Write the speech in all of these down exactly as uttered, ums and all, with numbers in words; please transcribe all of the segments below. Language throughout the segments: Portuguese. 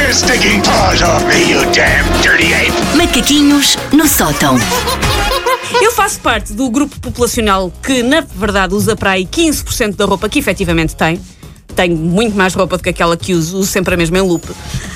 your stinking paws off me, you damn dirty ape! Macaquinhos no sótão. Eu faço parte do grupo populacional que, na verdade, usa para aí quinze por cento da roupa que efetivamente tem. Tenho muito mais roupa do que aquela que uso, uso sempre a mesma em loop.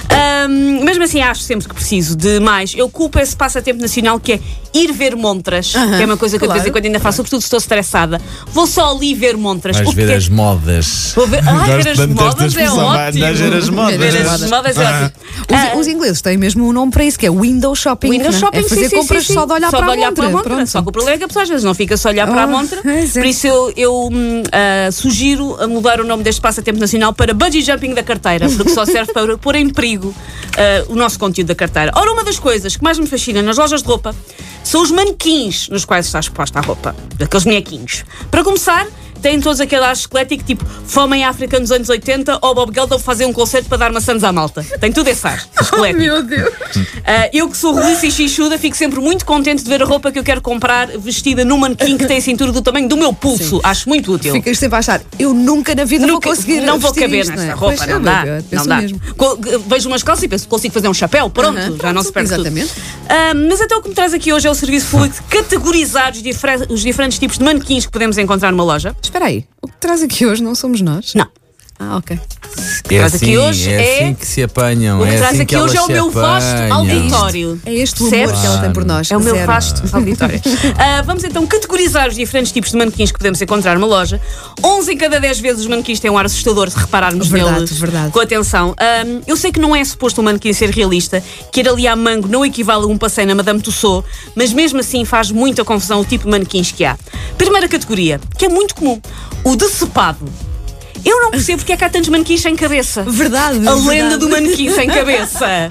Um, mesmo assim, acho sempre que preciso de mais. Eu culpo esse passatempo nacional que é ir ver montras, uh-huh, que é uma coisa que claro, eu de vez em quando ainda faço, sobretudo se estou estressada. Vou só ali ver montras. Vais ver as modas. Vou ver, ah, ver as modas é ótimo. Vais ver as modas. Ver as modas é ótimo. Os, Ah, os ingleses têm mesmo um nome para isso, que é window shopping. Window né? shopping, é fazer sim, sim, compras sim, sim. só de olhar, só para, de a olhar para a montra. Pronto. Só que o problema é que a pessoa às vezes não fica só a olhar para a Oh, montra. pois é. Por isso eu, eu hum, ah, sugiro a mudar o nome deste passatempo nacional para bungee jumping da carteira, porque só serve para pôr em perigo ah, o nosso conteúdo da carteira. Ora, uma das coisas que mais me fascina nas lojas de roupa são os manequins nos quais está exposta a roupa, aqueles bonequinhos. Para começar, têm todos aquele ar esquelético, tipo Fome em África nos anos oitenta ou Bob Geldof fazer um concerto para dar maçãs à malta. Tem tudo esse ar esquelético. Meu Deus. Uh, eu que sou roliça e xixuda fico sempre muito contente de ver a roupa que eu quero comprar vestida num manequim que tem a cintura do tamanho do meu pulso. Sim. Acho muito útil. Ficas sempre a achar, eu nunca na vida Nunca, vou conseguir não vou vestir caber isto, nesta não é? roupa, Pois, não oh, dá, meu Deus, não penso dá. mesmo. Co- Vejo umas calças e penso, consigo fazer um chapéu, pronto, Uhum, já não se perde exatamente. tudo. Uh, mas então o que me traz aqui hoje é o serviço público de categorizar os, difer- os diferentes tipos de manequins que podemos encontrar numa loja. Espera aí, o que traz aqui hoje não somos nós? Não. Ah, ok. É traz assim, aqui hoje é é- assim que se apanham. O que é traz assim aqui que hoje é elas o meu se vasto apanham. auditório. É este o amor Percebes? que ela tem por nós. É o meu Zero. vasto auditório. Uh, vamos então categorizar os diferentes tipos de manequins que podemos encontrar numa loja. onze em cada dez vezes os manequins têm um ar assustador se repararmos Verdade, neles verdade. com atenção. Um, eu sei que não é suposto um manequim ser realista, que ir ali à mango não equivale a um passeio na Madame Tussauds, mas mesmo assim faz muita confusão o tipo de manequins que há. Primeira categoria, que é muito comum, o decepado. Eu não percebo porque é que há tantos manequins sem cabeça. Verdade. A verdade. lenda do manequim sem cabeça.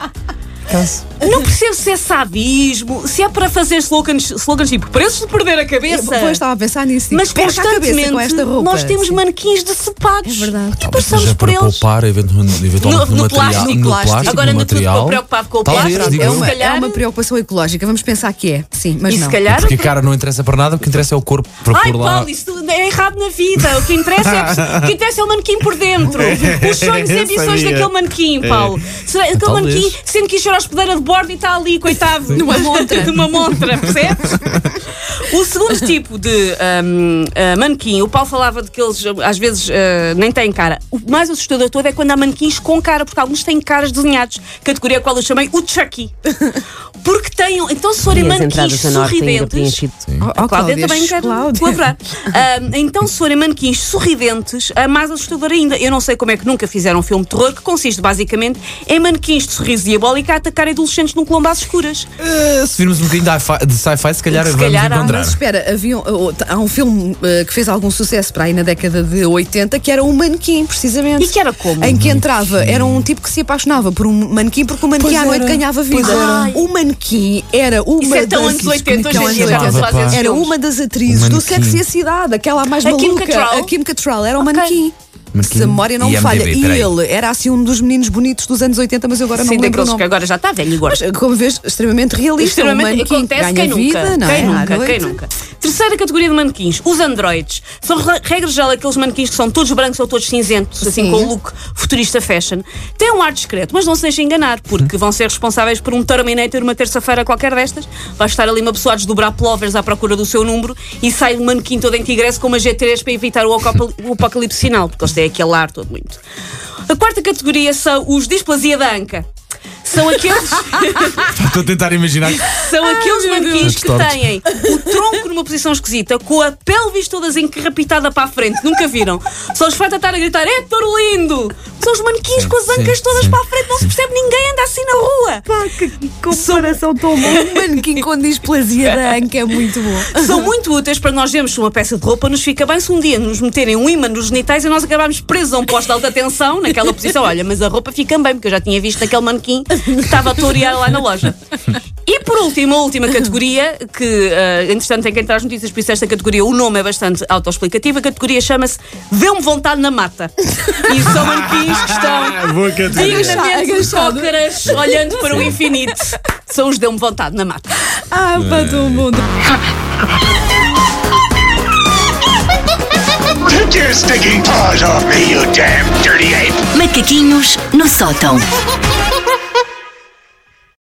Não percebo se é sadismo, se é para fazer slogans, slogans tipo preços de perder a cabeça. Eu, pois, estava a pensar nisso. Tipo, Mas perca a cabeça constantemente com esta roupa. nós temos Sim. manequins decepados. É verdade. E Talvez passamos seja por para eles. poupar eventualmente, eventualmente No- no, no material, plástico. no Plástico. plástico, Agora no anda tudo material. preocupado com o Talvez, plástico. digo É eu. uma, Se calhar- é uma preocupação ecológica, vamos pensar que é. Sim, mas E não. se calhar. Porque a cara não interessa para nada, o que interessa é o corpo para Ai, pôr lá. Paulo, isso é errado na vida. O que interessa é, o que interessa é o manequim por dentro. Os sonhos e ambições Sabia. daquele manequim, Paulo. Será- Aquele Talvez. manequim sendo que encher a hospedeira de bordo e está ali, coitado, numa montra. Numa montra, percebes? O segundo tipo de um, uh, manequim, o Paulo falava de que eles às vezes uh, nem têm cara. O mais assustador todo é quando há manequins com cara, porque alguns têm caras desenhados. Categoria a qual eu chamei o Chucky. Porque têm. Então, se forem E as manequins entradas a norte ainda sorridentes. preenchido. Oh, A oh, Cláudia Cláudia, também quer Cláudia. colaborar. Ah, então, se forem manequins sorridentes, é mais assustador ainda. Eu não sei como é que nunca fizeram um filme de terror que consiste basicamente em manequins de sorriso diabólico a atacar adolescentes num colombo às escuras. Eh, se virmos um bocadinho de hi-fi- de sci-fi, se calhar Se vamos calhar há, encontrar. Mas espera, havia, um- oh, há um filme uh, que fez algum sucesso para aí na década de oitenta que era um manequim, precisamente. E que era como? Em que entrava, era um tipo que se apaixonava por um manequim porque o manequim Pois à noite era. ganhava vida. Pois era. O manequim era uma Isso é tão das... anos oitenta, hoje em Anos dia já não se oitenta. faz esses Era filmes. uma das atrizes O do manequim. Sexy e a Cidade, aquela mais A Kim maluca. Cattrall? A Kim Cattrall era um Ok. manequim. Manequim Se a memória não e me M D B, falha. E peraí. ele era assim um dos meninos bonitos dos anos oitenta, mas eu agora não Sim, me lembro o daqueles nome. que agora já está velho e gordo. Mas, como vês, extremamente realista. Extremamente, um manequim acontece ganha quem nunca, vida, não é? quem À nunca, noite. quem nunca. Terceira categoria de manequins, os androides. São re- regra geral aqueles manequins que são todos brancos ou todos cinzentos, assim Sim. com o look futurista fashion. Têm um ar discreto, mas não se deixem enganar, porque vão ser responsáveis por um Terminator uma terça-feira qualquer destas. Vai estar ali uma pessoa a desdobrar plovers à procura do seu número e sai um manequim todo em tigresse com uma G três para evitar o, acopal- o apocalipse final, porque eles têm aquele ar todo muito. A quarta categoria são os displasia da anca. São aqueles... Estou a tentar imaginar. São aqueles manequins que Tortos. têm o tronco numa posição esquisita, com a pelvis toda encarrapitada para a frente. Nunca viram? Só os falta estar a gritar: é touro lindo! São os manequins Sim, com as ancas sim, todas sim. para a frente. Não se percebe ninguém anda assim na rua. Pá, que comparação tão boa. Um manequim com displasia da anca é muito bom. São muito úteis para nós vermos se uma peça de roupa nos fica bem. Se um dia nos meterem um ímã nos genitais e nós acabarmos presos a um posto de alta tensão, naquela posição, olha, mas a roupa fica bem, porque eu já tinha visto naquele manequim que estava a torear lá na loja. E por último, a última categoria, que uh, entretanto tem que entrar as notícias, por isso esta categoria, o nome é bastante autoexplicativo. A categoria chama-se Deu-me Vontade na Mata. E são manequins que estão Boa categoria. dignamente Agachado. cócaras olhando para o infinito. São os Deu-me Vontade na Mata. Ah, pá, todo mundo. Take your stinking paws off me, you damn dirty ape! Macaquinhos no sótão.